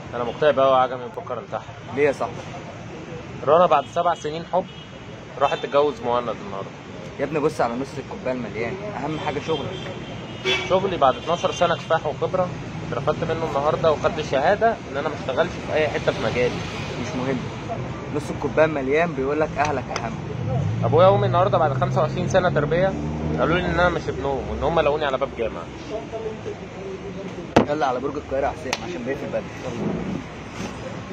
انا مكتئب قوي وعجبني بفكر انتحر. ليه يا صاحبي؟ رنا بعد 7 سنين حب راحت تتجوز مهند النهارده. يا ابني بص على نص الكوبايه المليان، اهم حاجه شغلك. شغلي بعد 12 سنه كفاح وخبره اترفدت منه النهارده وخدت شهاده ان انا ما اشتغلش في اي حته في مجالي. مش مهم، نص الكوبايه مليان بيقول لك اهلك اهم. ابويا وامي النهارده بعد 25 سنه تربيه قالوا لي ان انا مش ابنهم وان هم لقوني على باب جامعه. يلا على برج القاهره يا حسين عشان بيقفل بدري.